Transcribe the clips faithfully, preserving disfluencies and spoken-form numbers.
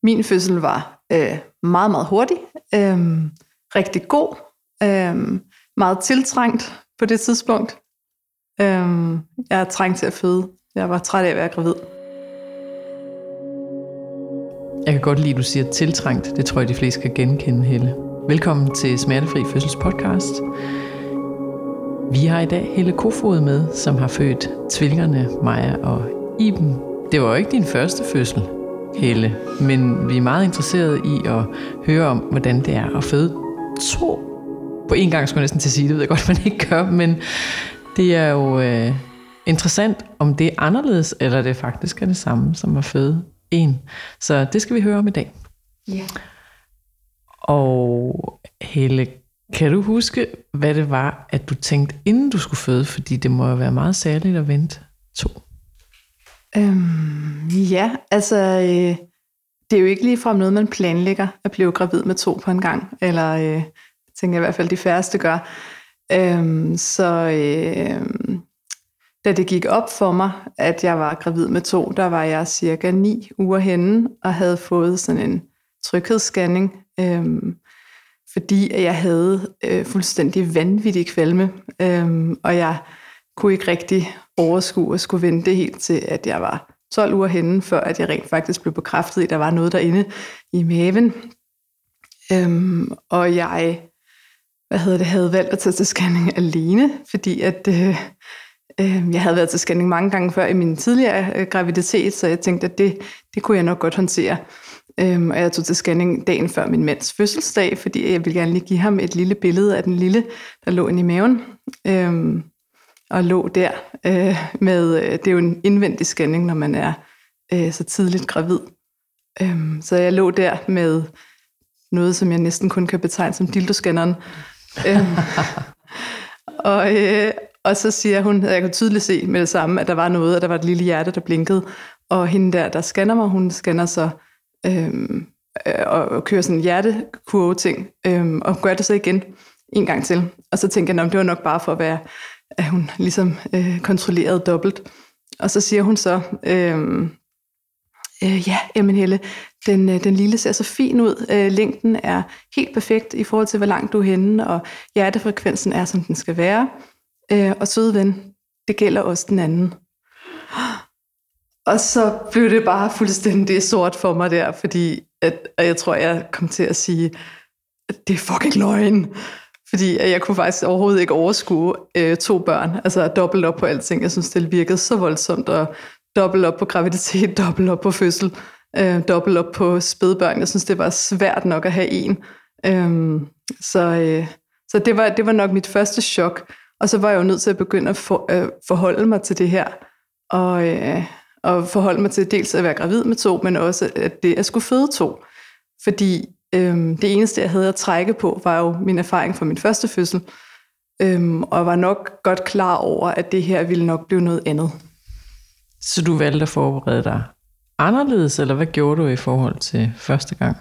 min fødsel var øh, meget, meget hurtig, øh, rigtig god, øh, meget tiltrængt på det tidspunkt. Øh, jeg er trængt til at føde. Jeg var træt af at være gravid. Jeg kan godt lide, at du siger tiltrængt. Det tror jeg, de fleste kan genkende, Helle. Velkommen til Smertefri Fødsels podcast. Vi har i dag Helle Kofod med, som har født tvillingerne Maja og Iben. Det var jo ikke din første fødsel, Helle, men vi er meget interesserede i at høre om, hvordan det er at føde to. På en gang skulle jeg næsten til at sige, det ved jeg godt, man ikke gør, men det er jo øh, interessant, om det er anderledes, eller det faktisk er det samme som at føde en. Så det skal vi høre om i dag. Ja. Og Helle, kan du huske, hvad det var, at du tænkte, inden du skulle føde? Fordi det må jo være meget særligt at vente to. Øhm, ja, altså, øh, det er jo ikke ligefrem noget, man planlægger at blive gravid med to på en gang. Eller, øh, jeg tænker i hvert fald, de færreste gør. Øhm, så øh, da det gik op for mig, at jeg var gravid med to, der var jeg cirka ni uger henne, og havde fået sådan en tryghedsscanning, øh, fordi jeg havde øh, fuldstændig vanvittig kvalme, øh, og jeg kunne ikke rigtig overskue at skulle vente helt til, at jeg var tolv uger henne, før at jeg rent faktisk blev bekræftet i, at der var noget derinde i maven. Øh, og jeg hvad hedder det, havde valgt at tage til scanning alene, fordi at, øh, øh, jeg havde været til scanning mange gange før i min tidligere øh, graviditet, så jeg tænkte, at det, det kunne jeg nok godt håndtere. Øhm, og jeg tog til scanning dagen før min mands fødselsdag, fordi jeg ville gerne lige give ham et lille billede af den lille, der lå inde i maven, øhm, og lå der øh, med, øh, det er jo en indvendig scanning, når man er øh, så tidligt gravid. Øhm, så jeg lå der med noget, som jeg næsten kun kan betegne som dildoscanneren. øhm, og, øh, og så siger hun, at jeg kunne tydeligt se med det samme, at der var noget, at der var et lille hjerte, der blinkede, og hende der, der scanner mig, hun scanner så Øhm, og, og kører sådan en hjertekurve-ting, øhm, og gør det så igen en gang til. Og så tænker jeg, at det var nok bare for at være, at hun ligesom øh, kontrollerede dobbelt. Og så siger hun så, øhm, øh, ja, jamen Helle, den, øh, den lille ser så fin ud. Øh, længden er helt perfekt i forhold til, hvor langt du er henne, og hjertefrekvensen er, som den skal være. Øh, og søde ven, det gælder også den anden. Og så blev det bare fuldstændig sort for mig der, fordi at, at jeg tror, jeg kom til at sige, at det er fucking løgn. Fordi at jeg kunne faktisk overhovedet ikke overskue øh, to børn, altså dobbelt op på alting. Jeg synes, det virkede så voldsomt, og dobbelt op på graviditet, dobbelt op på fødsel, øh, dobbelt op på spædbørn. Jeg synes, det var svært nok at have en. Øh, så øh, så det, var, det var nok mit første chok. Og så var jeg jo nødt til at begynde at for, øh, forholde mig til det her. Og... Øh, og forholde mig til dels at være gravid med to, men også at det at skulle føde to. Fordi øhm, det eneste, jeg havde at trække på, var jo min erfaring fra min første fødsel, øhm, og jeg var nok godt klar over, at det her ville nok blive noget andet. Så du valgte at forberede dig anderledes, eller hvad gjorde du i forhold til første gang?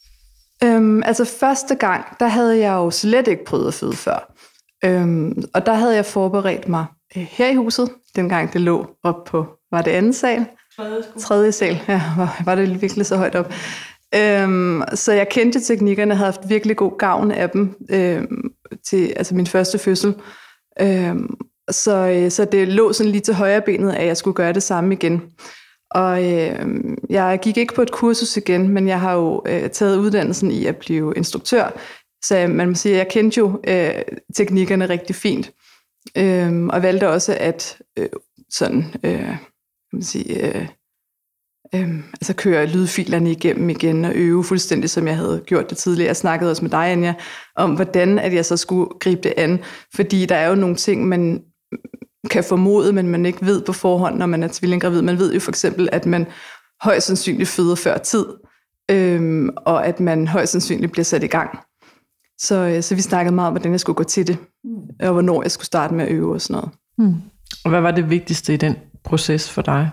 Øhm, altså første gang, der havde jeg jo slet ikke prøvet at føde før. Øhm, og der havde jeg forberedt mig øh, her i huset, dengang det lå op på, var det anden sal? Tredje, Tredje sal, ja, var, var det virkelig så højt op. Øhm, så jeg kendte teknikkerne, havde haft virkelig god gavn af dem øhm, til altså min første fødsel. Øhm, så, så det lå sådan lige til højre benet, at jeg skulle gøre det samme igen. Og øh, jeg gik ikke på et kursus igen, men jeg har jo øh, taget uddannelsen i at blive instruktør. Så man må sige, at jeg kendte jo øh, teknikkerne rigtig fint. Øh, og valgte også at øh, sådan, øh, kan man sige, øh, øh, altså køre lydfilerne igennem igen og øve fuldstændig, som jeg havde gjort det tidligere. Jeg snakkede også med dig, Anja, om hvordan at jeg så skulle gribe det an. Fordi der er jo nogle ting, man kan formode, men man ikke ved på forhånd, når man er tvillinggravid. Man ved jo for eksempel, at man højst sandsynligt føder før tid, øhm, og at man højst sandsynligt bliver sat i gang. Så, så vi snakkede meget om, hvordan jeg skulle gå til det, og hvornår jeg skulle starte med at øve og sådan noget. Hmm. Og hvad var det vigtigste i den proces for dig?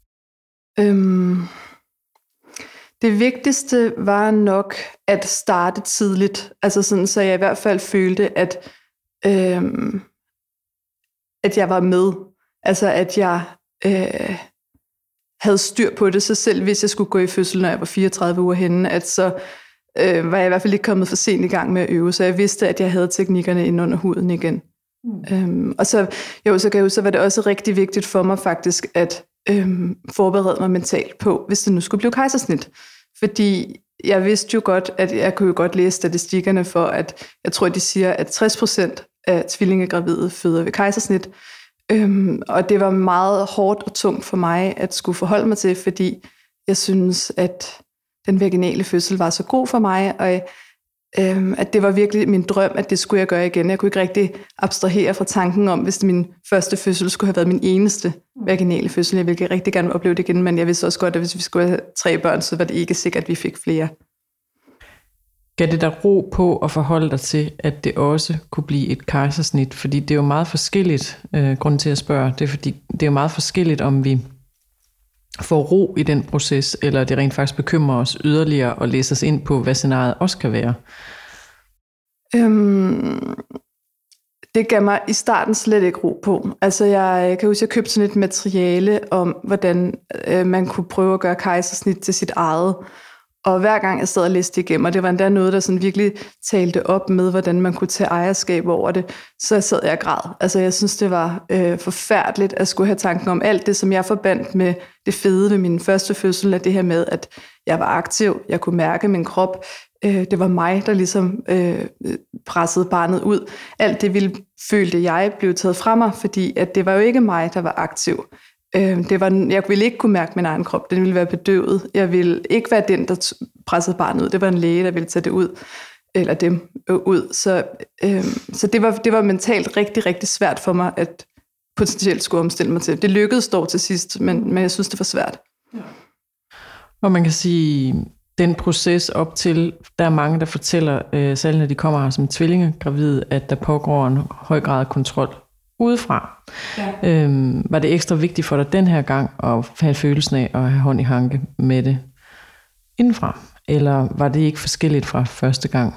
Øhm, det vigtigste var nok at starte tidligt, altså sådan, så jeg i hvert fald følte, at øhm, at jeg var med. Altså, at jeg, øh, havde styr på det, så selv hvis jeg skulle gå i fødsel, når jeg var fireogtredive uger henne, at så øh, var jeg i hvert fald ikke kommet for sent i gang med at øve, så jeg vidste, at jeg havde teknikkerne inde under huden igen. Mm. Øhm, og så, jo, så, kan jeg, så var det også rigtig vigtigt for mig faktisk, at øhm, forberede mig mentalt på, hvis det nu skulle blive kejsersnit. Fordi jeg vidste jo godt, at jeg kunne jo godt læse statistikkerne for, at jeg tror, de siger, at tres procent af tvillingegravide føder ved kejsersnit. Øhm, og det var meget hårdt og tungt for mig at skulle forholde mig til, fordi jeg synes, at den vaginale fødsel var så god for mig, og øhm, at det var virkelig min drøm, at det skulle jeg gøre igen. Jeg kunne ikke rigtig abstrahere fra tanken om, hvis min første fødsel skulle have været min eneste vaginale fødsel. Jeg ville rigtig gerne opleve det igen, men jeg vidste også godt, at hvis vi skulle have tre børn, så var det ikke sikkert, at vi fik flere. Gav det dig ro på at forholde dig til, at det også kunne blive et kejsersnit? Fordi det er jo meget forskelligt, øh, grunden til at spørge, det er fordi, det er jo meget forskelligt, om vi får ro i den proces, eller det rent faktisk bekymrer os yderligere og læser os ind på, hvad scenariet også kan være. Øhm, det gav mig i starten slet ikke ro på. Altså jeg kan huske, at jeg købte sådan et materiale om, hvordan øh, man kunne prøve at gøre kejsersnit til sit eget. Og hver gang jeg sad og læste igennem, og det var endda noget, der sådan virkelig talte op med, hvordan man kunne tage ejerskab over det, så sad jeg og græd. Altså jeg synes, det var øh, forfærdeligt at skulle have tanken om alt det, som jeg forbandt med det fede ved min første fødsel, af det her med, at jeg var aktiv, jeg kunne mærke min krop, øh, det var mig, der ligesom øh, pressede barnet ud. Alt det ville, følte jeg blev taget fra mig, fordi at det var jo ikke mig, der var aktiv. Det var, jeg ville ikke kunne mærke min egen krop. Den ville være bedøvet. Jeg ville ikke være den, der pressede barnet ud. Det var en læge, der ville tage det ud, eller dem ud. Så, øh, så det, var, det var mentalt rigtig, rigtig svært for mig, at potentielt skulle omstille mig til. Det lykkedes dog til sidst, men, men jeg synes, det var svært. Ja. Og man kan sige, den proces op til, der er mange, der fortæller, øh, selv når de kommer her som tvillingegravide, at der pågår en høj grad af kontrol udefra. Ja. Øhm, var det ekstra vigtigt for dig den her gang at have følelsen af at have hånd i hanke med det indenfra? Eller var det ikke forskelligt fra første gang?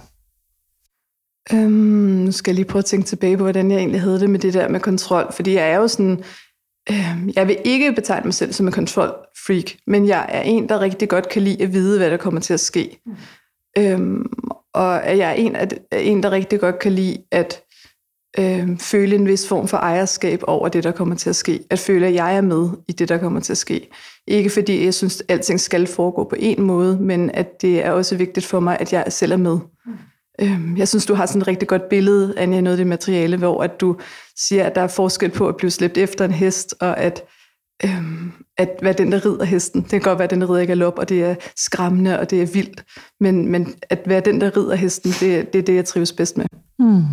Øhm, nu skal jeg lige prøve at tænke tilbage på, hvordan jeg egentlig havde det med det der med kontrol. Fordi jeg er jo sådan, øh, jeg vil ikke betegne mig selv som en kontrolfreak, men jeg er en, der rigtig godt kan lide at vide, hvad der kommer til at ske. Mm. Øhm, og jeg er en, at, en, der rigtig godt kan lide at Øh, føle en vis form for ejerskab over det, der kommer til at ske. At føle, at jeg er med i det, der kommer til at ske. Ikke fordi jeg synes, at alting skal foregå på en måde, men at det er også vigtigt for mig, at jeg selv er med. Mm. Øh, jeg synes, du har sådan et rigtig godt billede, Anja, noget af det materiale, hvor at du siger, at der er forskel på at blive slæbt efter en hest, og at, øh, at være den, der rider hesten. Det kan godt være, at den, der rider galop, og det er skræmmende, og det er vildt. Men, men at være den, der rider hesten, det, det er det, jeg trives bedst med. Mm.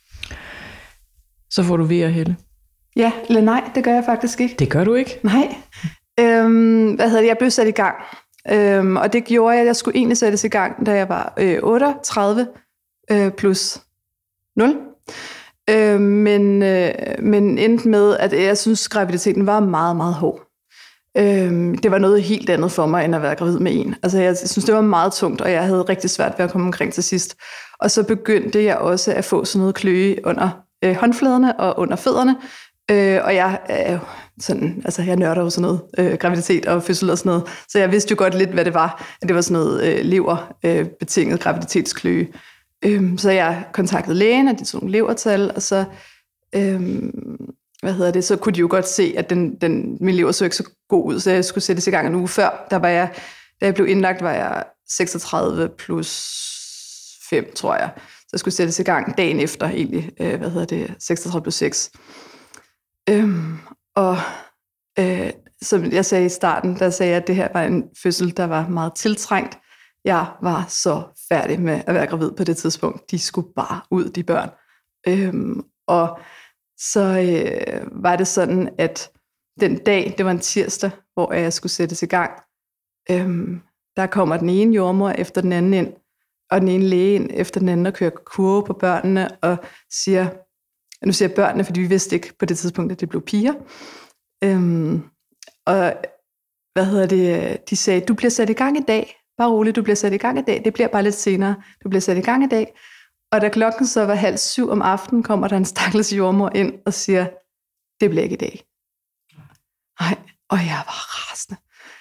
Så får du ved at hælde. Ja, eller nej, det gør jeg faktisk ikke. Det gør du ikke? Nej. Øhm, hvad hedder det? Jeg blev sat i gang. Øhm, og det gjorde jeg, jeg skulle egentlig sættes i gang, da jeg var øh, otteogtredive øh, plus nul. Øh, men, øh, men endte med, at jeg synes, graviditeten var meget, meget hård. Øh, det var noget helt andet for mig, end at være gravid med en. Altså, jeg synes, det var meget tungt, og jeg havde rigtig svært ved at komme omkring til sidst. Og så begyndte jeg også at få sådan noget kløe under øh, håndfladerne og under fødderne. Øh, og jeg er jo sådan, altså jeg nørder jo sådan noget, øh, graviditet og fødsel og sådan noget, så jeg vidste jo godt lidt, hvad det var. At det var sådan noget øh, leverbetinget øh, graviditetskløe. Øh, så jeg kontaktede lægen, og de tog nogle levertal, og så, øh, hvad hedder det, så kunne de jo godt se, at den, den, min lever så ikke så god ud, så jeg skulle sættes i gang en uge før. Der var jeg, da jeg blev indlagt, var jeg seksogtredive plus fem, tror jeg. Så jeg skulle sættes i gang dagen efter, egentlig, øh, hvad hedder det, seksogtredive plus seks. Øhm, og øh, som jeg sagde i starten, der sagde jeg, at det her var en fødsel, der var meget tiltrængt. Jeg var så færdig med at være gravid på det tidspunkt. De skulle bare ud, de børn. Øhm, og så øh, var det sådan, at den dag, det var en tirsdag, hvor jeg skulle sættes i gang, øhm, der kommer den ene jordmor efter den anden ind, og den ene læge ind efter den anden og kører kurve på børnene og siger, nu siger jeg børnene, fordi vi vidste ikke på det tidspunkt, at det blev piger. Øhm, og hvad hedder det? De sagde, du bliver sat i gang i dag. Bare roligt, du bliver sat i gang i dag. Det bliver bare lidt senere. Du bliver sat i gang i dag. Og da klokken så var halv syv om aftenen, kommer der en stakkels jordmor ind og siger, det bliver ikke i dag. Nej, og jeg var rasende.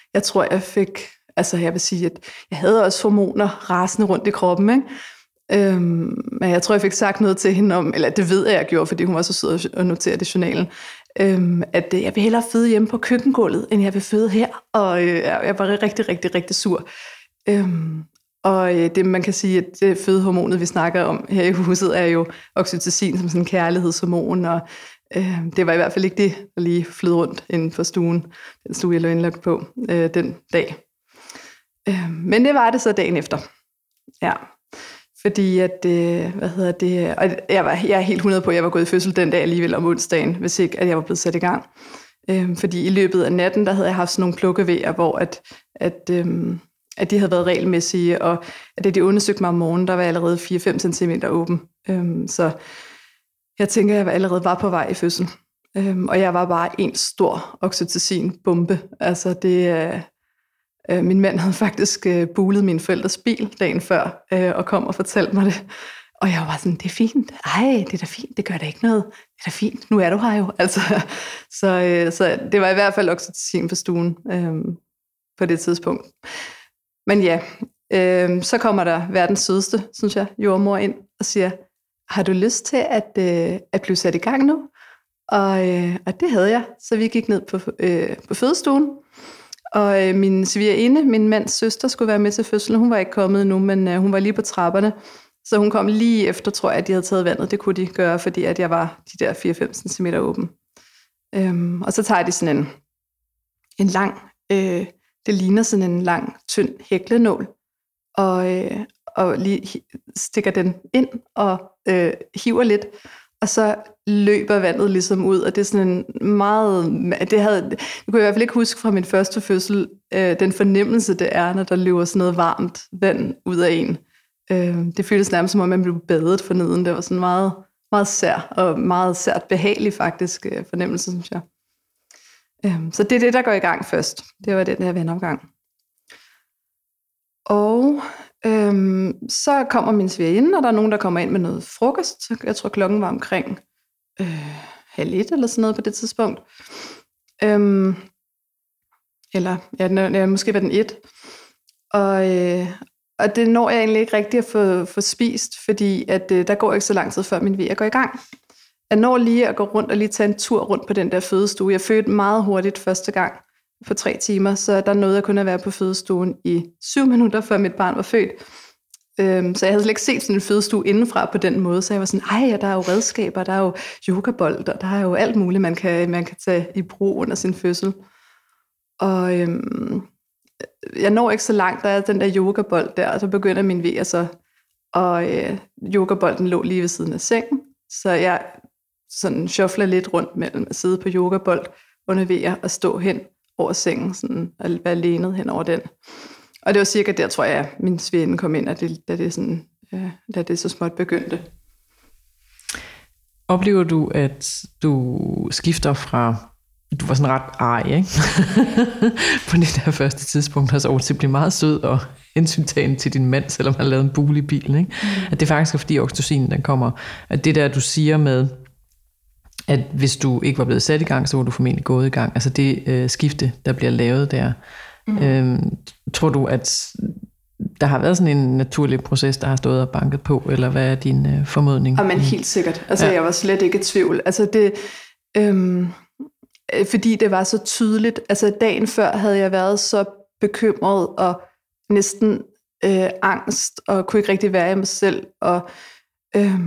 jeg tror, jeg fik, altså jeg vil sige, at jeg havde også hormoner rasende rundt i kroppen, ikke? Øhm, men jeg tror, jeg fik sagt noget til hende om, eller det ved jeg, jeg gjorde, fordi hun var så sød og noterede det i journalen, øhm, at jeg vil hellere føde hjemme på køkkengulvet, end jeg vil føde her. Og øh, jeg var rigtig, rigtig, rigtig sur. Øhm, og øh, det, man kan sige, at det fødehormonet, vi snakker om her i huset, er jo oxytocin som sådan en kærlighedshormon, og øh, det var i hvert fald ikke det, der lige flød rundt inden for stuen, den stue, jeg lå indlagt på øh, den dag. Øh, men det var det så dagen efter. Ja. Fordi at, øh, hvad hedder det, og jeg, var, jeg er helt hundrede på, at jeg var gået i fødsel den dag alligevel om onsdagen, hvis ikke, at jeg var blevet sat i gang. Øhm, fordi i løbet af natten, der havde jeg haft sådan nogle plukkevejer, hvor at, at, øhm, at de havde været regelmæssige, og at det de undersøgte mig om morgenen, der var allerede fire til fem centimeter åben. Øhm, så jeg tænker, at jeg allerede var på vej i fødsel. Øhm, og jeg var bare en stor oxytocin-bombe. Altså det øh, øh, min mand havde faktisk øh, bulet min forældres bil dagen før, øh, og kom og fortalte mig det. Og jeg var sådan, det er fint. Ej, det er da fint. Det gør da ikke noget. Det er da fint. Nu er du her jo. Altså, så, øh, så det var i hvert fald oxytocin på stuen øh, på det tidspunkt. Men ja, øh, så kommer der verdens sødeste, synes jeg, jordmor ind og siger, har du lyst til at, øh, at blive sat i gang nu? Og, øh, og det havde jeg. Så vi gik ned på, øh, på fødestuen. Og øh, min svigerinde, min mands søster, skulle være med til fødslen. Hun var ikke kommet endnu, men øh, hun var lige på trapperne. Så hun kom lige efter, tror jeg, at de havde taget vandet. Det kunne de gøre, fordi at jeg var de der fire til fem centimeter åben. Øhm, og så tager de sådan en, en lang, øh, det ligner sådan en lang, tynd hæklenål, og, øh, og lige stikker den ind og øh, hiver lidt, og så løber vandet ligesom ud, og det er sådan en meget, det havde, det kunne jeg i hvert fald ikke huske fra min første fødsel, øh, den fornemmelse det er, når der løber sådan noget varmt vand ud af en. Det føltes nærmest som om, man blev badet forneden. Det var sådan meget, meget sær, og meget sært behagelig faktisk fornemmelse, synes jeg. Så det er det, der går i gang først. Det var den her vandomgang. Og øhm, så kommer min svigerinde, og der er nogen, der kommer ind med noget frokost. Jeg tror, klokken var omkring øh, halv et eller sådan noget på det tidspunkt. Øhm, eller, ja, ja, måske var den et. Og... Øh, Og det når jeg egentlig ikke rigtig at få, få spist, fordi at, øh, der går ikke så lang tid før min vejer går i gang. Jeg når lige at gå rundt og lige tage en tur rundt på den der fødestue. Jeg fødte meget hurtigt første gang på tre timer, så der nåede jeg kun at være på fødestuen i syv minutter, før mit barn var født. Øhm, så jeg havde slet ikke set sådan en fødestue indenfra på den måde, så jeg var sådan, ej, der er jo redskaber, der er jo yogabold, og der er jo alt muligt, man kan, man kan tage i brug under sin fødsel. Og... Øhm, jeg når ikke så langt, der er den der yogabold der, og så begynder min vejer så, og øh, yogabolden lå lige ved siden af sengen, så jeg sådan shuffler lidt rundt mellem at sidde på yogabold under vejer og stå hen over sengen, sådan og være lænet hen over den. Og det var cirka der, tror jeg, min svigerinde kom ind, og det, da, det sådan, øh, da det så småt begyndte. Oplever du, at du skifter fra... Du var sådan ret ej, ikke? på det der første tidspunkt, og så over til at blive meget sød og hensyntagen til din mand, selvom han lavede en bule i bilen, ikke? Mm. At det faktisk er fordi oxytocinen, den kommer. At det der, du siger med, at hvis du ikke var blevet sat i gang, så var du formentlig gået i gang. Altså det øh, skifte, der bliver lavet der. Mm. Øhm, tror du, at der har været sådan en naturlig proces, der har stået og banket på, eller hvad er din øh, formodning? Jamen helt sikkert. Altså ja. Jeg var slet ikke i tvivl. Altså det... Øhm Fordi det var så tydeligt. Altså dagen før havde jeg været så bekymret og næsten øh, angst, og kunne ikke rigtig være i mig selv. Og øh,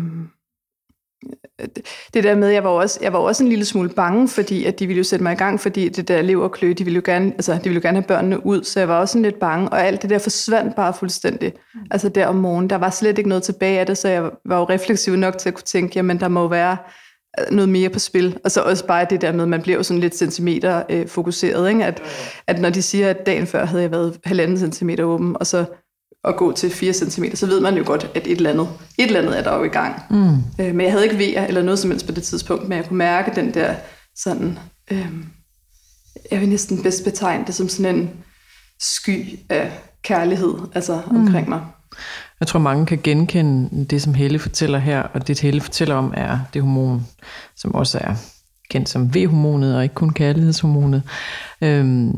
det der med, jeg var også, jeg var også en lille smule bange, fordi at de ville jo sætte mig i gang, fordi det der leverklø, de ville jo gerne, altså de ville jo gerne have børnene ud, så jeg var også lidt bange, og alt det der forsvandt bare fuldstændig. Altså der om morgenen, der var slet ikke noget tilbage af det, så jeg var jo refleksiv nok til at kunne tænke, jamen der må være noget mere på spil. Og så også bare det der med, at man bliver jo sådan lidt centimeter øh, fokuseret, ikke? At, at når de siger, at dagen før havde jeg været halvanden centimeter åben, og så at gå til fire centimeter, så ved man jo godt, at et eller andet, et eller andet er der jo i gang. Mm. Øh, men jeg havde ikke vejer eller noget som helst på det tidspunkt, men jeg kunne mærke den der sådan, øh, jeg vil næsten bedst betegne det som sådan en sky af kærlighed, altså mm. omkring mig. Jeg tror, mange kan genkende det, som Helle fortæller her, og det, Helle fortæller om, er det hormon, som også er kendt som V-hormonet, og ikke kun kærlighedshormonet. Øhm,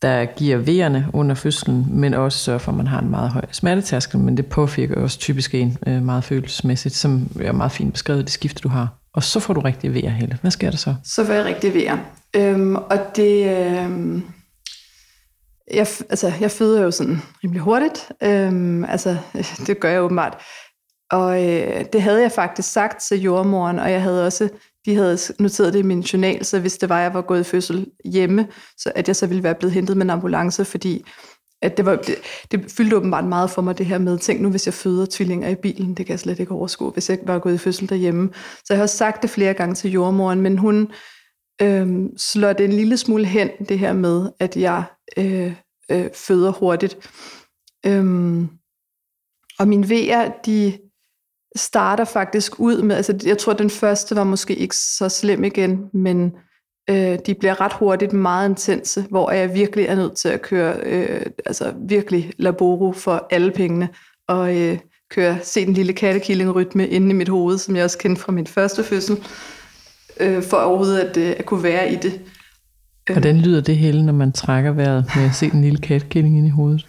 der giver vejerne under fødslen, men også sørger for, at man har en meget høj smertetærskel, men det påvirker også typisk en øh, meget følelsesmæssigt, som er meget fint beskrevet, det skifte, du har. Og så får du rigtig vejer, Helle. Hvad sker der så? Så får jeg rigtig vejer. Øhm, og det... Øh, jeg, altså, jeg føder jo sådan rimelig hurtigt. Øhm, altså, det gør jeg åbenbart. Og øh, det havde jeg faktisk sagt til jordmoren, og jeg havde også... De havde noteret det i min journal, så hvis det var, jeg var gået i fødsel hjemme, så at jeg så ville være blevet hentet med en ambulance, fordi at det, var, det, det fyldte åbenbart meget for mig, det her med, tænk nu, hvis jeg føder tvillinger i bilen, det kan jeg slet ikke overskue, hvis jeg var gået i fødsel derhjemme. Så jeg har sagt det flere gange til jordmoren, men hun øh, slår det en lille smule hen, det her med, at jeg øh, øh, føder hurtigt. Øhm, og mine vejer, de... starter faktisk ud med, altså jeg tror, den første var måske ikke så slem igen, men øh, de bliver ret hurtigt meget intense, hvor jeg virkelig er nødt til at køre, øh, altså virkelig laboro for alle pengene, og øh, køre, se den lille kattekilling-rytme inde i mit hoved, som jeg også kendte fra min første fødsel, øh, for overhovedet at, øh, at kunne være i det. Hvordan lyder det, Helle, når man trækker vejret med at se den lille kattekilling inde i hovedet?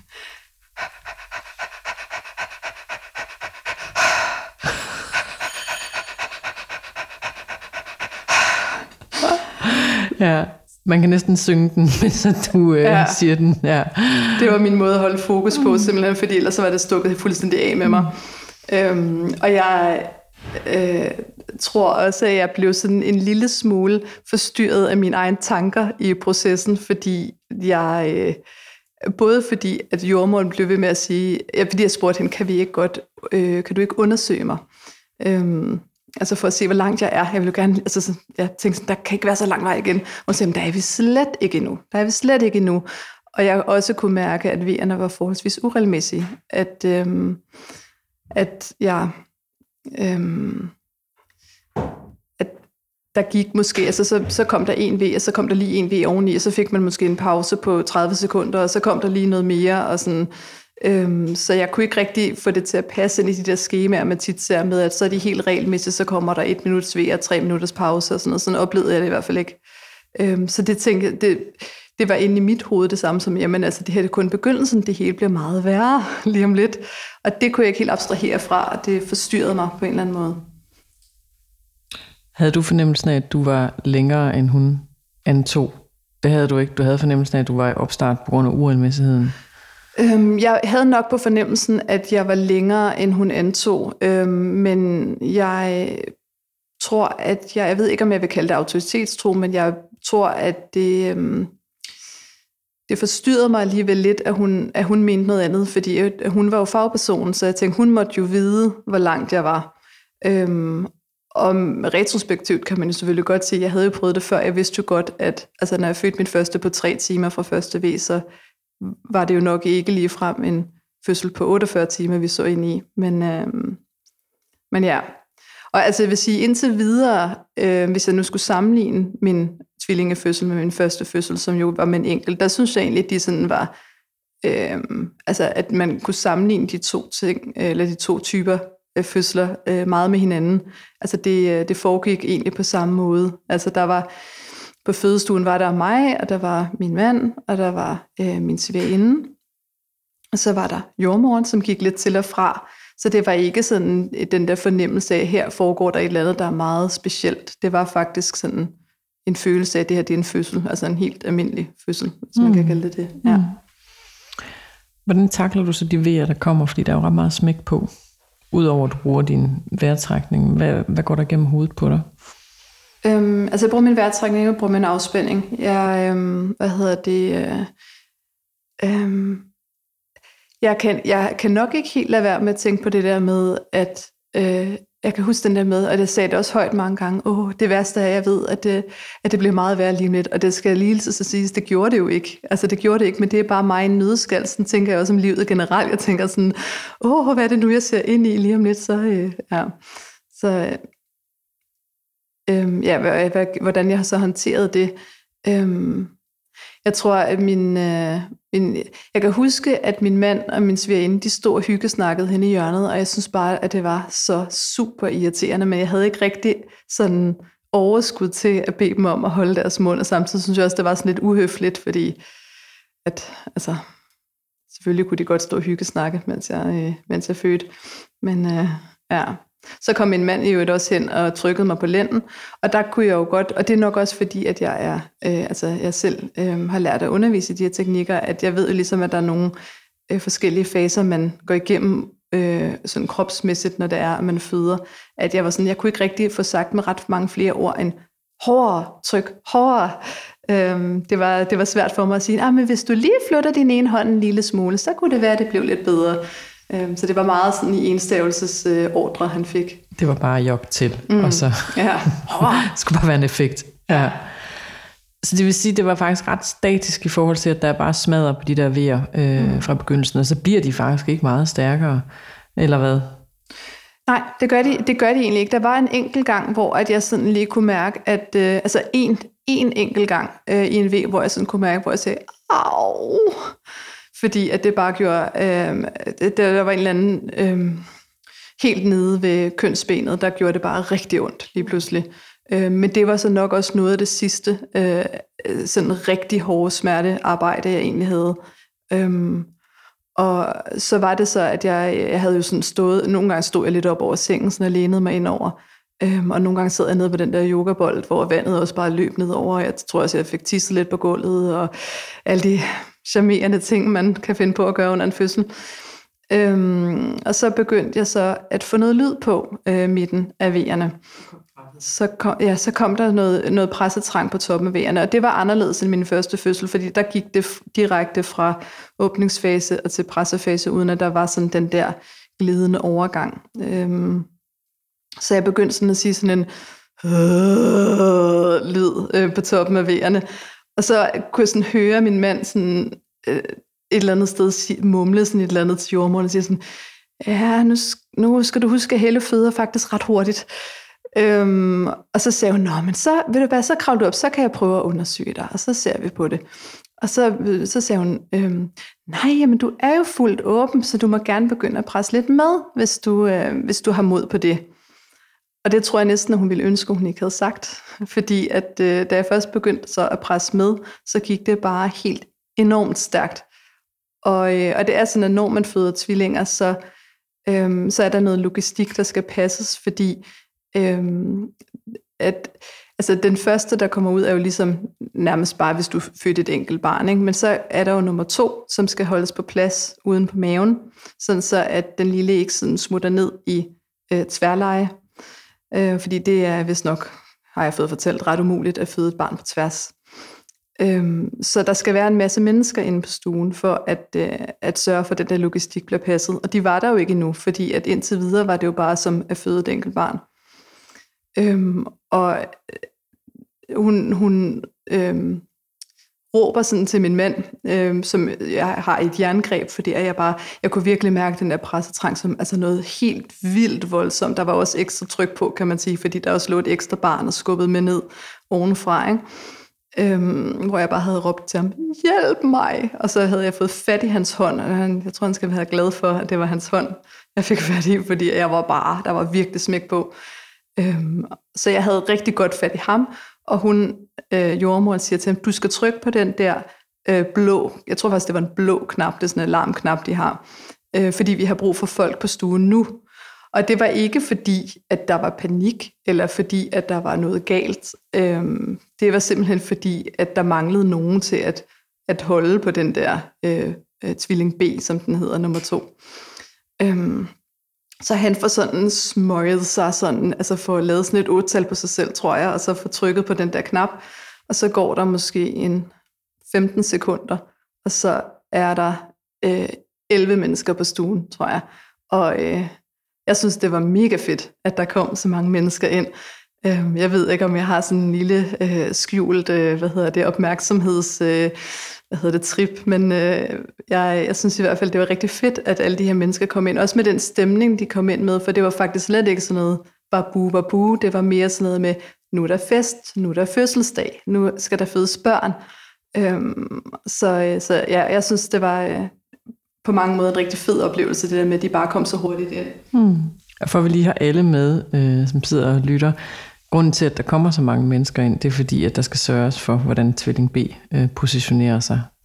Ja, man kan næsten synge den, mens du øh, ja. siger den. Ja. Det var min måde at holde fokus på, simpelthen, fordi ellers så var det stukket fuldstændig af med mig. Mm. Øhm, og jeg øh, tror også, at jeg blev sådan en lille smule forstyrret af mine egne tanker i processen, fordi jeg... Øh, både fordi, at jordmoren blev ved med at sige, ja, fordi jeg spurgte hende, kan vi ikke godt, øh, kan du ikke undersøge mig? Øhm, Altså for at se, hvor langt jeg er. Jeg vil jo gerne, altså jeg tænkte sådan, der kan ikke være så lang vej igen. Og så sagde, der er vi slet ikke endnu. Der er vi slet ikke endnu. Og jeg også kunne mærke, at vejerne var forholdsvis uregelmæssige. At, øhm, at jeg, øhm, at der gik måske, altså så, så kom der en V, og så kom der lige en V oveni, og så fik man måske en pause på tredive sekunder, og så kom der lige noget mere, og sådan... Øhm, så jeg kunne ikke rigtig få det til at passe ind i de der skemaer, man tit ser med, at så er de helt regelmæssigt, så kommer der et minuts V og tre minutters pause og sådan noget. Sådan oplevede jeg det i hvert fald ikke. Øhm, så det tænkte det, det var inde i mit hoved det samme som, jamen altså det her det er kun begyndelsen, det hele bliver meget værre lige om lidt. Og det kunne jeg ikke helt abstrahere fra, og det forstyrrede mig på en eller anden måde. Havde du fornemmelsen af, at du var længere end hun antog? Det havde du ikke. Du havde fornemmelsen af, at du var i opstart på grund af uregelmæssigheden. Øhm, jeg havde nok på fornemmelsen, at jeg var længere, end hun antog, øhm, men jeg tror, at jeg, jeg ved ikke, om jeg vil kalde det autoritetstro, men jeg tror, at det, øhm, det forstyrrede mig alligevel lidt, at hun, at hun mente noget andet, fordi at hun var jo fagperson, så jeg tænkte, hun måtte jo vide, hvor langt jeg var. Øhm, og retrospektivt kan man jo selvfølgelig godt sige, at jeg havde jo prøvet det før, jeg vidste jo godt, at altså, når jeg fødte min første på tre timer fra første V, så var det jo nok ikke lige frem en fødsel på otteogfyrre timer, vi så ind i. Men, øhm, men ja. Og altså jeg vil sige, indtil videre, øh, hvis jeg nu skulle sammenligne min tvillingefødsel med min første fødsel, som jo var med en enkelt, der synes jeg egentlig, at de sådan var, øh, altså at man kunne sammenligne de to ting, eller de to typer af fødsler øh, meget med hinanden. Altså det, det foregik egentlig på samme måde. Altså der var... På fødestuen var der mig, og der var min mand, og der var øh, min svigerinde. Og så var der jordmoren, som gik lidt til og fra. Så det var ikke sådan den der fornemmelse af, at her foregår der et eller andet, der er meget specielt. Det var faktisk sådan en følelse af, at det her det er en fødsel. Altså en helt almindelig fødsel, hvis man mm. kan kalde det det. Ja. Mm. Hvordan takler du så de vejer, der kommer? Fordi der er jo ret meget smæk på. Udover at du bruger din vejrtrækning. Hvad, hvad går der gennem hovedet på dig? Øhm, altså jeg bruger min vejrtrækning, jeg bruger min afspænding. Jeg, øhm, hvad hedder det? Øh, øhm, jeg, kan, jeg kan nok ikke helt lade være med at tænke på det der med, at øh, jeg kan huske den der med, og jeg sagde det også højt mange gange, åh, det værste er, at jeg ved, at det, at det bliver meget værre lige om lidt, og det skal lige så siges, det gjorde det jo ikke. Altså det gjorde det ikke, men det er bare mig en nødskal, sådan tænker jeg også om livet generelt. Jeg tænker sådan, åh, hvad er det nu, jeg ser ind i lige om lidt, så øh, ja, så... Øh, Øhm, ja, hvordan jeg har så håndteret det. Øhm, jeg tror, at min, øh, min... Jeg kan huske, at min mand og min svigerinde, de stod og hyggesnakkede henne i hjørnet, og jeg synes bare, at det var så super irriterende, men jeg havde ikke rigtig sådan overskud til at bede dem om at holde deres mund, og samtidig synes jeg også, det var sådan lidt uhøfligt, fordi at altså, selvfølgelig kunne de godt stå og hyggesnakke, mens jeg, øh, mens jeg fødte. Men øh, ja, så kom min mand i øvrigt også hen og trykkede mig på lænden, og der kunne jeg jo godt, og det er nok også fordi, at jeg er, øh, altså jeg selv øh, har lært at undervise i de her teknikker, at jeg ved jo ligesom, at der er nogle øh, forskellige faser, man går igennem øh, sådan kropsmæssigt, når det er, at man føder, at jeg var sådan, jeg kunne ikke rigtig få sagt med ret mange flere ord end hårdere, tryk, hårdere. Øhm, det, var, det var svært for mig at sige, ah, men hvis du lige flytter din ene hånd en lille smule, så kunne det være, at det blev lidt bedre. Øhm, så det var meget sådan i enstavelses øh, ordre, han fik. Det var bare jog til, mm. og så ja. skulle bare være en effekt. Ja. Så det vil sige, at det var faktisk ret statisk i forhold til, at der bare smadrer på de der vejer øh, mm. fra begyndelsen, og så bliver de faktisk ikke meget stærkere, eller hvad? Nej, det gør, de, det gør de egentlig ikke. Der var en enkelt gang, hvor at jeg sådan lige kunne mærke, at øh, altså en, en enkelt gang øh, i en V, hvor jeg sådan kunne mærke, hvor jeg sagde, au, fordi at det bare gjorde, øh, det, der var en eller anden øh, helt nede ved kønsbenet, der gjorde det bare rigtig ondt lige pludselig. Øh, men det var så nok også noget af det sidste, øh, sådan rigtig hårde smertearbejde, jeg egentlig havde. Øh, Og så var det så, at jeg, jeg havde jo sådan stået, nogle gange stod jeg lidt op over sengen, sådan og lænede mig ind over, øhm, og nogle gange sad jeg nede på den der yogabold, hvor vandet også bare løb ned over, jeg tror også, jeg fik tisset lidt på gulvet, og alle de charmerende ting, man kan finde på at gøre under en fødsel. Øhm, og så begyndte jeg så at få noget lyd på øh, midten af V'erne. Så kom, ja, så kom der noget, noget pressetrang på toppen af V'erne, og det var anderledes end min første fødsel, fordi der gik det direkte fra åbningsfase og til pressefase, uden at der var sådan den der glidende overgang. Øhm, så jeg begyndte sådan at sige sådan en øh, lyd øh, på toppen af V'erne, og så kunne jeg sådan høre min mand sådan øh, et eller andet sted mumle sådan et eller andet til jordmoren og sige sådan, ja, nu, nu skal du huske, at Helle føder faktisk ret hurtigt. Øhm, og så sagde hun, nå, men så, ved du hvad, så kravler du op, så kan jeg prøve at undersøge dig, og så ser vi på det. Og så, så sagde hun, øhm, nej, jamen du er jo fuldt åben, så du må gerne begynde at presse lidt med, hvis du, øh, hvis du har mod på det. Og det tror jeg næsten, at hun ville ønske, at hun ikke havde sagt, fordi at øh, da jeg først begyndte så at presse med, så gik det bare helt enormt stærkt. Og, øh, og det er sådan, at når man føder tvillinger, så, øh, så er der noget logistik, der skal passes, fordi Øhm, at, altså den første, der kommer ud, er jo ligesom nærmest bare, hvis du fødte et enkelt barn, ikke? Men så er der jo nummer to, som skal holdes på plads uden på maven, sådan så at den lille ikke sådan smutter ned i øh, tværleje, øh, fordi det er vist nok, har jeg fået fortalt, ret umuligt at føde et barn på tværs. Øhm, så der skal være en masse mennesker inde på stuen for at, øh, at sørge for, at den der logistik bliver passet, og de var der jo ikke endnu, fordi at indtil videre var det jo bare som at føde et enkelt barn. Øhm, og hun, hun øhm, råber sådan til min mand, øhm, som jeg har et jerngreb, fordi jeg bare, jeg kunne virkelig mærke den der pressetrang som altså noget helt vildt voldsomt. Der var også ekstra tryk på, kan man sige, fordi der også lå et ekstra barn og skubbede med ned ovenfra, ikke? Øhm, hvor jeg bare havde råbt til ham, hjælp mig, og så havde jeg fået fat i hans hånd, og han, jeg tror han skal være glad for, at det var hans hånd, jeg fik fat i, fordi jeg var bare, der var virkelig smæk på. Øhm, så jeg havde rigtig godt fat i ham, og hun, øh, jordmoren, siger til ham, du skal trykke på den der øh, blå, jeg tror faktisk det var en blå knap, det er sådan en alarmknap de har, øh, fordi vi har brug for folk på stuen nu. Og det var ikke fordi, at der var panik, eller fordi, at der var noget galt. Øhm, det var simpelthen fordi, at der manglede nogen til at, at holde på den der øh, øh, tvilling B, som den hedder, nummer to. Øhm, Så han får sådan smøget sig sådan, altså får lavet sådan et otte-tal på sig selv, tror jeg, og så får trykket på den der knap, og så går der måske en femten sekunder, og så er der øh, elleve mennesker på stuen, tror jeg. Og øh, jeg synes, det var mega fedt, at der kom så mange mennesker ind. Øh, jeg ved ikke, om jeg har sådan en lille øh, skjult, øh, hvad hedder det, opmærksomheds... Øh, hvad hedder det, trip, men øh, jeg, jeg synes i hvert fald, det var rigtig fedt, at alle de her mennesker kom ind, også med den stemning, de kom ind med, for det var faktisk slet ikke sådan noget babu, babu, det var mere sådan noget med, nu er der fest, nu er der fødselsdag, nu skal der fødes børn. Øhm, så så ja, jeg synes, det var øh, på mange måder en rigtig fed oplevelse, det der med, at de bare kom så hurtigt ind. Hmm. Og for at vi lige har alle med, øh, som sidder og lytter, grunden til, at der kommer så mange mennesker ind, det er fordi, at der skal sørges for, hvordan tvilling B øh, positionerer sig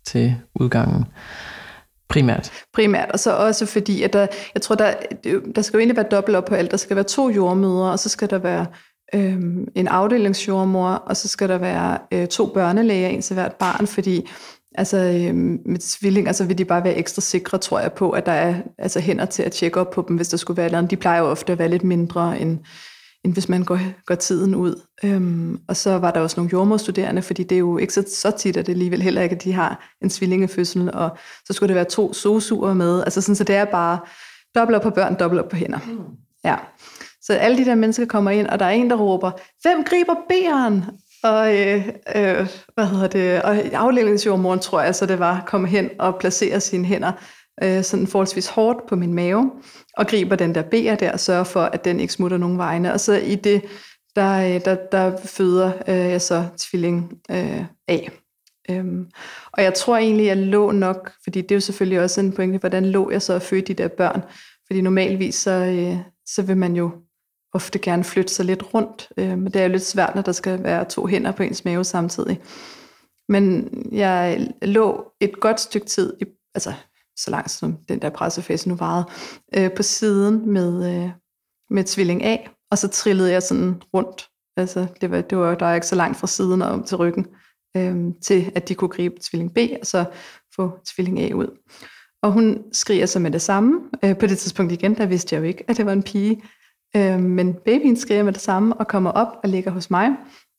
til udgangen. Primært. Primært, og så også fordi, at der, jeg tror, der, der skal jo egentlig være dobbelt op på alt. Der skal være to jordmødre, og så skal der være øhm, en afdelingsjordmor, og så skal der være øh, to børnelæger, en til hvert barn, fordi altså, øhm, med tvillinger, så vil de bare være ekstra sikre, tror jeg på, at der er altså, hænder til at tjekke op på dem, hvis der skulle være et eller andet. De plejer jo ofte at være lidt mindre, end, end hvis man går, går tiden ud. Øhm, og så var der også nogle jordmorstuderende, fordi det er jo ikke så, så tit, at det alligevel heller ikke, at de har en tvillingefødsel, og så skulle det være to sosuer med. Altså sådan, så det er bare dobbelt op på børn, dobbelt op på hænder. Mm. Ja. Så alle de der mennesker kommer ind, og der er en, der råber, hvem griber bæren? Og, øh, øh, hvad hedder det? Og afdelingsjordmoren, tror jeg, så det var, komme hen og placere sine hænder øh, sådan forholdsvis hårdt på min mave, og griber den der bære der, og sørger for, at den ikke smutter nogen vegne. Og så i det, der, der, der føder øh, jeg så tvilling øh, af. Øhm, og jeg tror egentlig, jeg lå nok, fordi det er jo selvfølgelig også en pointe, hvordan lå jeg så at føde de der børn? Fordi normalvis, så, øh, så vil man jo ofte gerne flytte sig lidt rundt. Øh, men det er jo lidt svært, når der skal være to hænder på ens mave samtidig. Men jeg lå et godt stykke tid, i, altså så langt som den der pressefase nu varede, øh, på siden med, øh, med tvilling A, og så trillede jeg sådan rundt. Altså det var, det var der var ikke så langt fra siden og om til ryggen, øh, til at de kunne gribe tvilling B, og så få tvilling A ud. Og hun skriger så med det samme. Øh, på det tidspunkt igen, der vidste jeg jo ikke, at det var en pige. Øh, men babyen skriger med det samme og kommer op og ligger hos mig.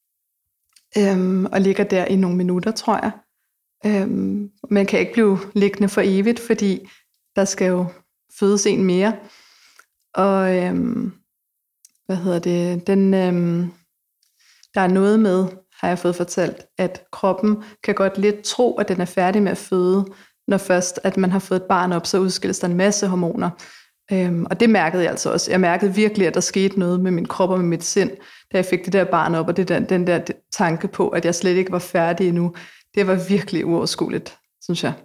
Øh, og ligger der i nogle minutter, tror jeg. Øh, man kan ikke blive liggende for evigt, fordi der skal jo fødes en mere. Og øh, hvad hedder det? Den, øh, der er noget med, har jeg fået fortalt, at kroppen kan godt lidt tro, at den er færdig med at føde, når først at man har fået et barn op, så udskilles der en masse hormoner. Øhm, og det mærkede jeg altså også. Jeg mærkede virkelig, at der skete noget med min krop og med mit sind, da jeg fik det der barn op, og det der, den der tanke på, at jeg slet ikke var færdig endnu. Det var virkelig uoverskueligt, synes jeg.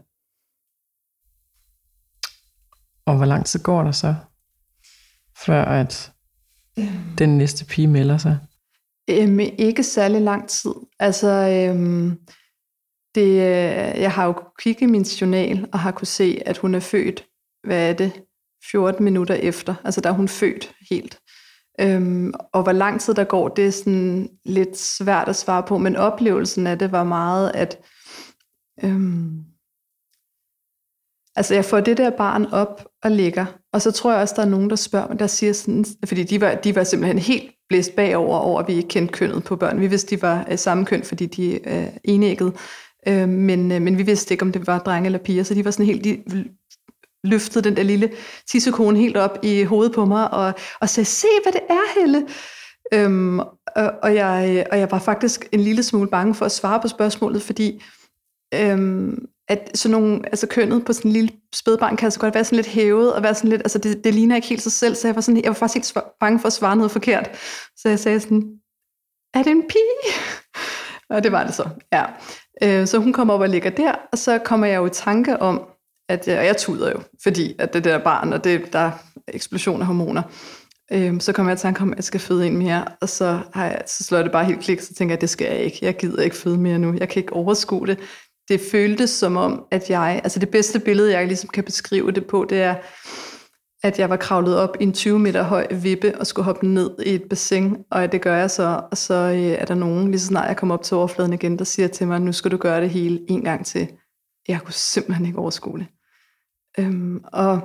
Og hvor lang tid går der så, før at den næste pige melder sig? Øhm, ikke særlig lang tid. Altså, øhm, det, jeg har jo kigget i min journal, og har kunne se, at hun er født, hvad er det, fjorten minutter efter. Altså, der er hun født helt. Øhm, og hvor lang tid der går, det er sådan lidt svært at svare på, men oplevelsen af det var meget, at øhm, altså, jeg får det der barn op og ligger, og så tror jeg også, der er nogen, der spørger mig, der siger sådan, fordi de var, de var simpelthen helt blæst bagover, over at vi ikke kendte kønnet på børn. Vi vidste, de var øh, samme køn, fordi de er øh, enægget, øh, men, øh, men vi vidste ikke, om det var drenge eller piger, så de var sådan helt, de løftede den der lille tissekone helt op i hovedet på mig, og, og sagde, se hvad det er, Helle. Øhm, og, og, jeg, og jeg var faktisk en lille smule bange for at svare på spørgsmålet, fordi øhm, at sådan nogle, altså kønnet på sådan en lille spædbarn kan altså godt være sådan lidt hævet, og være sådan lidt, altså det, det ligner ikke helt sig selv, så jeg var, sådan, jeg var faktisk helt bange for at svare noget forkert. Så jeg sagde sådan, er det en pige? Og det var det så, ja. Øh, så hun kommer op og ligger der, og så kommer jeg jo i tanke om, at jeg, og jeg tuder jo, fordi at det der barn, og det, der er eksplosion af hormoner. Øhm, så kommer jeg i tanke om, at jeg skal føde en mere, og så, har jeg, så slår jeg det bare helt klik, så tænker jeg, at det skal jeg ikke. Jeg gider ikke føde mere nu. Jeg kan ikke overskue det. Det føltes som om, at jeg, altså det bedste billede, jeg ligesom kan beskrive det på, det er, at jeg var kravlet op i en tyve meter høj vippe, og skulle hoppe ned i et bassin, og det gør jeg så, og så øh, er der nogen, lige så snart jeg kommer op til overfladen igen, der siger til mig, nu skal du gøre det hele en gang til. Jeg kunne simpelthen ikke overskue det. Øhm, og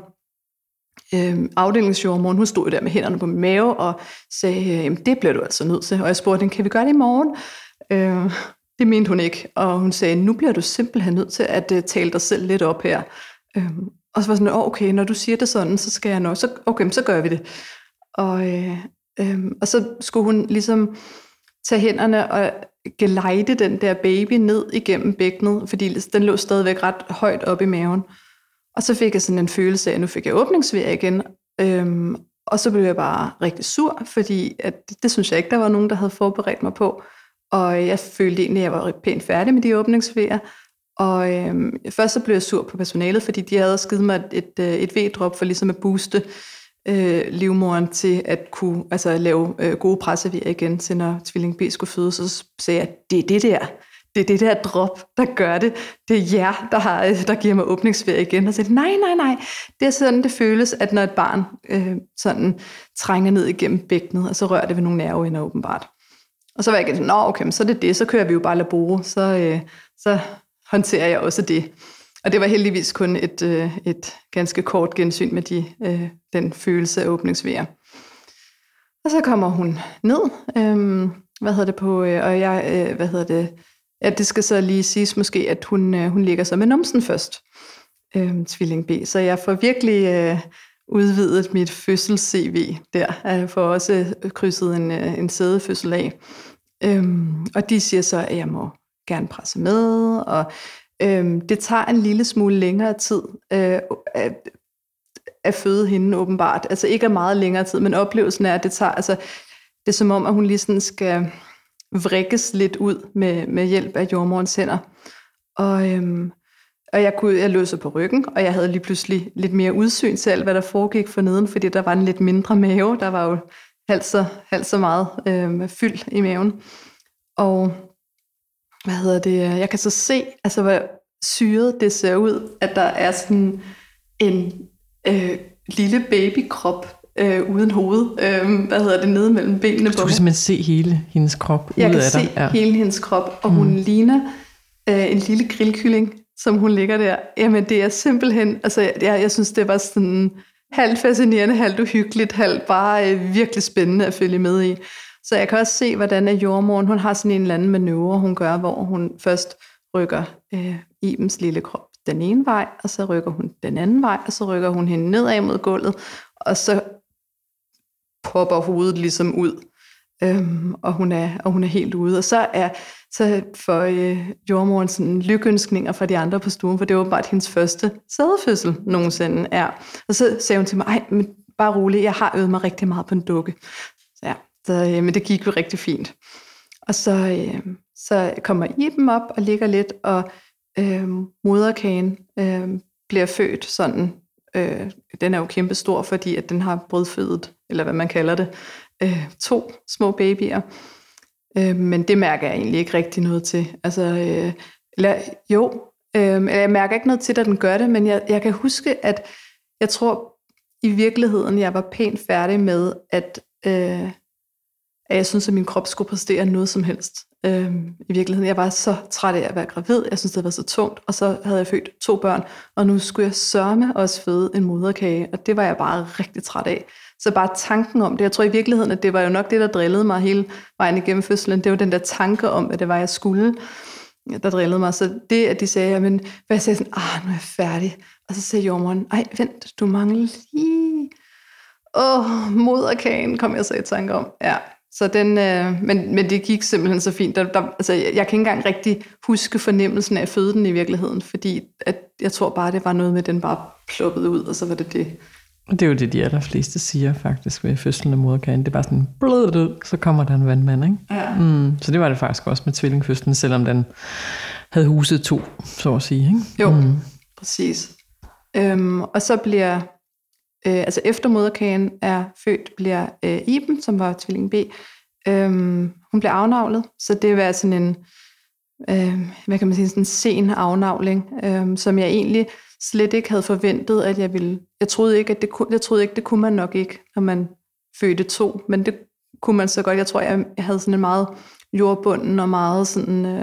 øhm, afdelingsjordmoren, hun stod der med hænderne på min mave og sagde, jamen det bliver du altså nødt til. Og jeg spurgte hende, kan vi gøre det i morgen? Øhm, det mente hun ikke. Og hun sagde, nu bliver du simpelthen nødt til at uh, tale dig selv lidt op her. Øhm, og så var sådan, okay, når du siger det sådan, så skal jeg nok. Så, okay, så gør vi det. Og, øh, øh, og så skulle hun ligesom tage hænderne og gelejde den der baby ned igennem bækkenet, fordi den lå stadigvæk ret højt op i maven. Og så fik jeg sådan en følelse af, at nu fik jeg åbningsvejr igen. Øhm, og så blev jeg bare rigtig sur, fordi at det, det synes jeg ikke, der var nogen, der havde forberedt mig på. Og jeg følte egentlig, at jeg var pænt færdig med de åbningsvejr. Og øhm, først så blev jeg sur på personalet, fordi de havde givet mig et, et, et V-drop for ligesom at booste øh, livmoderen til at kunne altså, lave øh, gode pressevejr igen, til når tvilling B skulle fødes. Så sagde jeg, det er det der. det er det der drop, der gør det. Det er jer, der, har, der giver mig åbningsferie igen. Og så nej, nej, nej. Det er sådan, det føles, at når et barn øh, sådan trænger ned igennem bækkenet, og så rører det ved nogle nerveender åbenbart. Og så var jeg ikke, nå okay, så er det det, så kører vi jo bare laboro, så, øh, så håndterer jeg også det. Og det var heldigvis kun et, øh, et ganske kort gensyn med de, øh, den følelse af åbningsferie. Og så kommer hun ned, øh, hvad hedder det på, øh, og jeg, øh, hvad hedder det, at det skal så lige siges måske, at hun, øh, hun ligger så med numsen først, øh, tvilling B. Så jeg får virkelig øh, udvidet mit fødsels-C V der, jeg får også krydset en, øh, en sædefødsel af. Øh, og de siger så, at jeg må gerne presse med, og øh, det tager en lille smule længere tid øh, at, at føde hende åbenbart. Altså ikke er meget længere tid, men oplevelsen er, at det tager, altså det er som om, at hun lige sådan skal vrikkes lidt ud med, med hjælp af jordmorens hænder. Og, øhm, og jeg, kunne, jeg lå så på ryggen, og jeg havde lige pludselig lidt mere udsyn til alt, hvad der foregik forneden, fordi der var en lidt mindre mave. Der var jo halvt så, halvt så meget øhm, fyld i maven. Og hvad hedder det? Jeg kan så se, altså hvor syret det ser ud, at der er sådan en øh, lille babykrop, Øh, uden hoved. Øh, hvad hedder det? Nede mellem benene. Du kan simpelthen se hele hendes krop jeg ud af dig. Jeg kan se ja. hele hendes krop, og mm. hun ligner øh, en lille grillkylling, som hun ligger der. Jamen, det er simpelthen, altså jeg, jeg synes, det var sådan halvt fascinerende, halvt uhyggeligt, halvt bare øh, virkelig spændende at følge med i. Så jeg kan også se, hvordan jordmoren, hun har sådan en eller anden manøvre, hun gør, hvor hun først rykker øh, Ibens lille krop den ene vej, og så rykker hun den anden vej, og så rykker hun hende nedad mod gulvet, og så popper hovedet ligesom ud, øhm, og, hun er, og hun er helt ude. Og så er så for øh, jordmoren sådan lykønskninger fra de andre på stuen, for det var åbenbart hendes første sædefødsel nogensinde er. Og så sagde hun til mig, ej, men bare rolig, jeg har øvet mig rigtig meget på en dukke. Så ja, så, øh, men det gik jo rigtig fint. Og så, øh, så kommer Iben op og ligger lidt, og øh, moderkagen øh, bliver født sådan. Øh, den er jo kæmpe stor, fordi at den har brødfødet, eller hvad man kalder det, øh, to små babyer. Øh, men det mærker jeg egentlig ikke rigtig noget til. Altså, øh, eller, jo, øh, jeg mærker ikke noget til, at den gør det, men jeg, jeg kan huske, at jeg tror i virkeligheden, jeg var pænt færdig med, at, øh, at jeg synes, at min krop skulle præstere noget som helst. Øh, I virkeligheden, jeg var så træt af at være gravid. Jeg synes, det var så tungt, og så havde jeg født to børn, og nu skulle jeg sørme også føde en moderkage, og det var jeg bare rigtig træt af. Så bare tanken om det, jeg tror i virkeligheden, at det var jo nok det, der drillede mig hele vejen igennem fødslen. Det var den der tanke om, at det var, jeg skulle, der drillede mig. Så det, at de sagde, men hvad jeg sagde sådan, ah, nu er jeg færdig. Og så sagde jordmoren, ej, vent, du mangler lige. Åh, moderkagen, kom jeg så i tanke om. Ja, så den, øh, men, men det gik simpelthen så fint. Der, der, altså, jeg kan ikke engang rigtig huske fornemmelsen af at føde den i virkeligheden, fordi at, jeg tror bare, det var noget med, at den bare pluppede ud, og så var det det. Og det er jo det, de allerfleste siger faktisk ved fødslen af moderkagen. Det er bare sådan, blødt ud, så kommer der en vandmand, ikke? Ja. Mm, så det var det faktisk også med tvillingfødslen, selvom den havde huset to, så at sige, ikke? Jo, mm. præcis. Øhm, og så bliver, øh, altså efter moderkagen er født, bliver øh, Iben, som var tvilling B, øh, hun bliver afnavlet, så det var sådan en, øh, hvad kan man sige, sådan en sen afnavling, øh, som jeg egentlig slet ikke havde forventet, at jeg ville. Jeg troede ikke, at det kunne, jeg troede ikke, det kunne man nok ikke, når man fødte to, men det kunne man så godt. Jeg tror, jeg, jeg havde sådan en meget jordbunden og meget sådan, øh,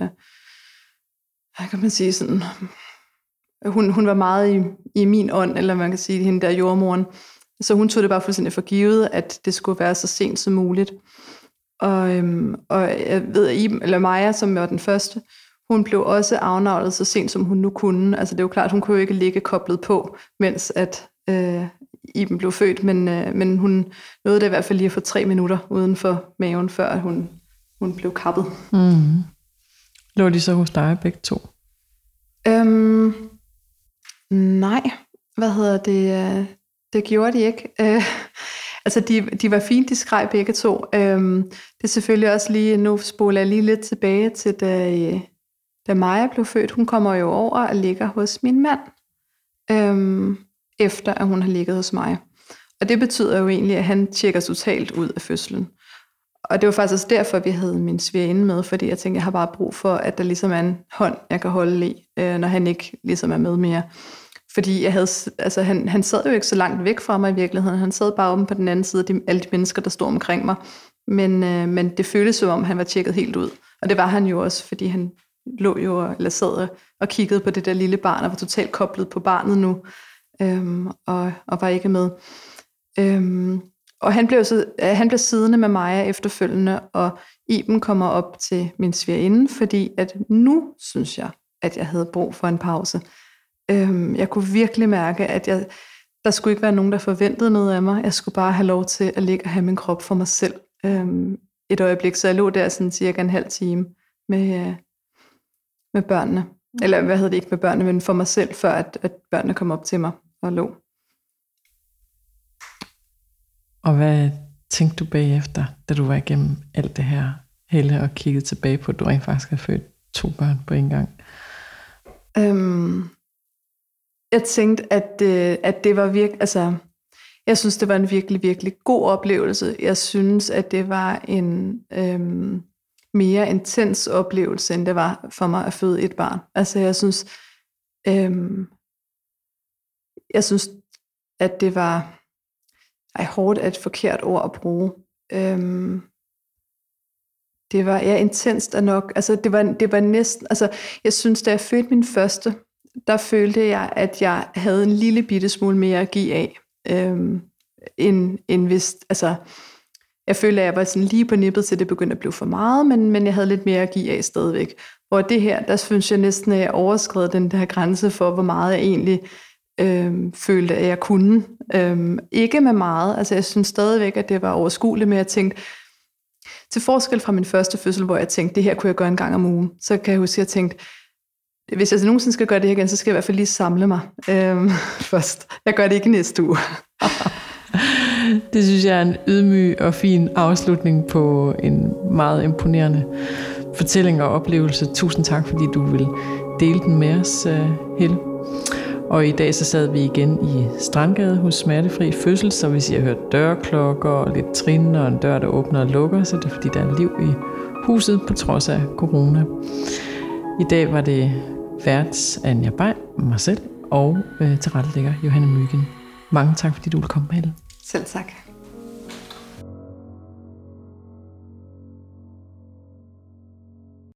hvad kan man sige, sådan, hun, hun var meget i, i min ånd, eller man kan sige, hende der jordmoren. Så hun tog det bare fuldstændig for givet, at det skulle være så sent som muligt. Og, øhm, og jeg ved, at Iben, eller Maja, som var den første, hun blev også afnavlet så sent, som hun nu kunne. Altså det er jo klart, hun kunne jo ikke ligge koblet på, mens at øh, Iben blev født, men, øh, men hun nåede det i hvert fald lige at få tre minutter uden for maven, før hun, hun blev kappet. Mm. Lå de så hos dig begge to? Øhm, nej, hvad hedder det? Det gjorde de ikke. Øh, altså de, de var fint, de skreg begge to. Øhm, det er selvfølgelig også lige, nu spoler jeg lige lidt tilbage til, da, da Maja blev født. Hun kommer jo over og ligger hos min mand, øhm, efter at hun har ligget hos mig. Og det betyder jo egentlig, at han tjekker totalt ud af fødslen. og det var faktisk også derfor, vi havde min svigerinde med, fordi jeg tænkte, jeg har bare brug for, at der ligesom er en hånd, jeg kan holde i, øh, når han ikke ligesom er med mere. Fordi jeg havde, altså han, han sad jo ikke så langt væk fra mig i virkeligheden. Han sad bare oppe på den anden side af de, alle de mennesker, der stod omkring mig. Men, øh, men det føltes som om, han var tjekket helt ud. Og det var han jo også, fordi han lå jo eller sad og kiggede på det der lille barn, og var totalt koblet på barnet nu, øhm, og, og var ikke med. Øhm, og han blev, så, han blev siddende med mig efterfølgende, og Iben kommer op til min svigerinde, fordi at nu synes jeg, at jeg havde brug for en pause. Øhm, jeg kunne virkelig mærke, at jeg, der skulle ikke være nogen, der forventede noget af mig. Jeg skulle bare have lov til at ligge og have min krop for mig selv øhm, et øjeblik. Så jeg lå der sådan cirka en halv time med, øh, med børnene. Eller hvad hedder det, ikke med børnene, men for mig selv, før at, at børnene kom op til mig og lå. Og hvad tænkte du bagefter, da du var igennem alt det her, Helle, og kiggede tilbage på, at du rent faktisk havde født to børn på en gang? Øhm, jeg tænkte, at, øh, at det var virkelig, altså, jeg synes, det var en virkelig, virkelig god oplevelse. Jeg synes, at det var en øhm, mere intens oplevelse, end det var for mig at føde et barn. Altså, jeg synes, øhm, jeg synes, at det var, ej, hårdt er et forkert ord at bruge. Øhm, det var, ja, intenst er nok, altså, det var, det var næsten, altså, jeg synes, da jeg fødte min første, der følte jeg, at jeg havde en lille bitte smule mere at give af, øhm, end, end hvis, altså, jeg følte, at jeg var sådan lige på nippet til, det begyndte at blive for meget, men, men jeg havde lidt mere at give af stadigvæk. Hvor det her, der synes jeg næsten, at jeg overskred den der grænse for, hvor meget jeg egentlig øhm, følte, at jeg kunne. Øhm, ikke med meget, altså jeg synes stadigvæk, at det var overskueligt, men jeg tænkte, til forskel fra min første fødsel, hvor jeg tænkte, det her kunne jeg gøre en gang om ugen, så kan jeg huske, at jeg tænkte, hvis jeg nogensinde skal gøre det her igen, så skal jeg i hvert fald lige samle mig øhm, først. Jeg gør det ikke næste uge. Det synes jeg er en ydmyg og fin afslutning på en meget imponerende fortælling og oplevelse. Tusind tak, fordi du vil dele den med os, Helle. Og i dag så sad vi igen i Strandgade hos Smertefri Fødsel, så hvis I har hørt dørklokker og lidt trin og en dør, der åbner og lukker, så er det fordi, der er liv i huset på trods af corona. I dag var det værts Anja Bay, mig selv, og øh, tilrettelægger Johanne Myggen. Mange tak, fordi du ville komme, Helle. Selv tak.